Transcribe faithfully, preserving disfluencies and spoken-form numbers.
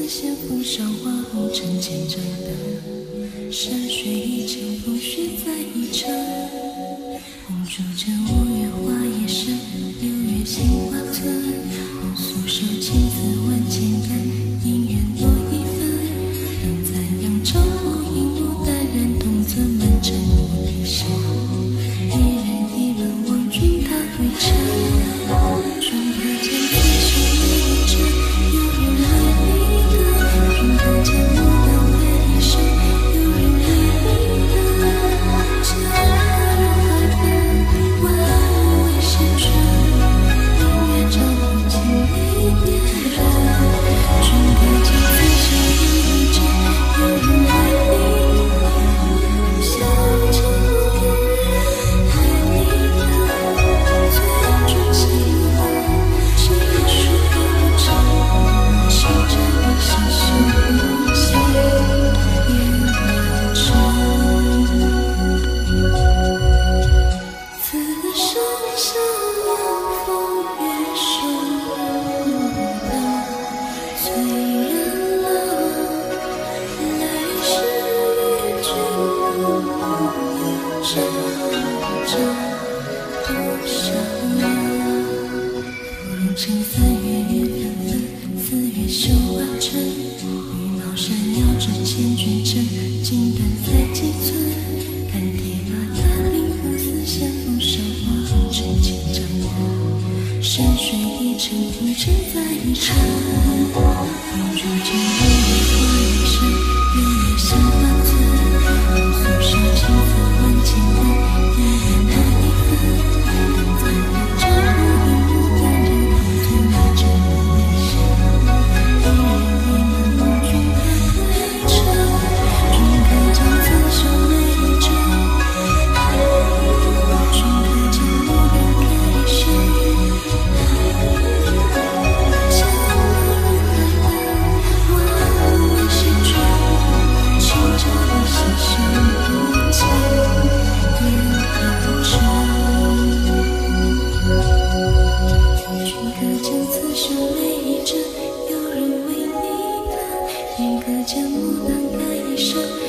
线风韶华红尘千丈的山水一程，不须再一程。红烛枕五月花叶深，六月杏花村。红素手青字万千根，姻缘多一分。等在扬州无影无淡然，同策满城无笛声。一人一门望君踏归程，君可见此生每一程，有人为你等。君可见牡丹开一生，有人为你等。江河海奔，万物为谁春？明月照不尽离别人。君可见此生每一程，有人为你等。小城无言，爱你等。醉逐清欢，谁说不成？心着你心生无限烟火尘。此生相望风月守得，催人老。来世与君无有朝朝不相留。芙蓉城三月月纷纷，四月绣花针。羽毛扇摇着千军阵，锦缎在几寸。看铁马踏灵河，丝线风韶华红尘千丈的山水一程，不承在一程。红烛枕五月花叶深，六月杏花村。红素手青字万千根，姻缘多一分。等在扬州无影无淡然，同策满城无笛声。一人一门望君踏归程，君可见此生每一程。君可见牡丹开一生，江河海奔，万物为谁春？寻着你心生无尽烟火尘。君可见此生每一程，有人为你等。君可见牡丹开一生。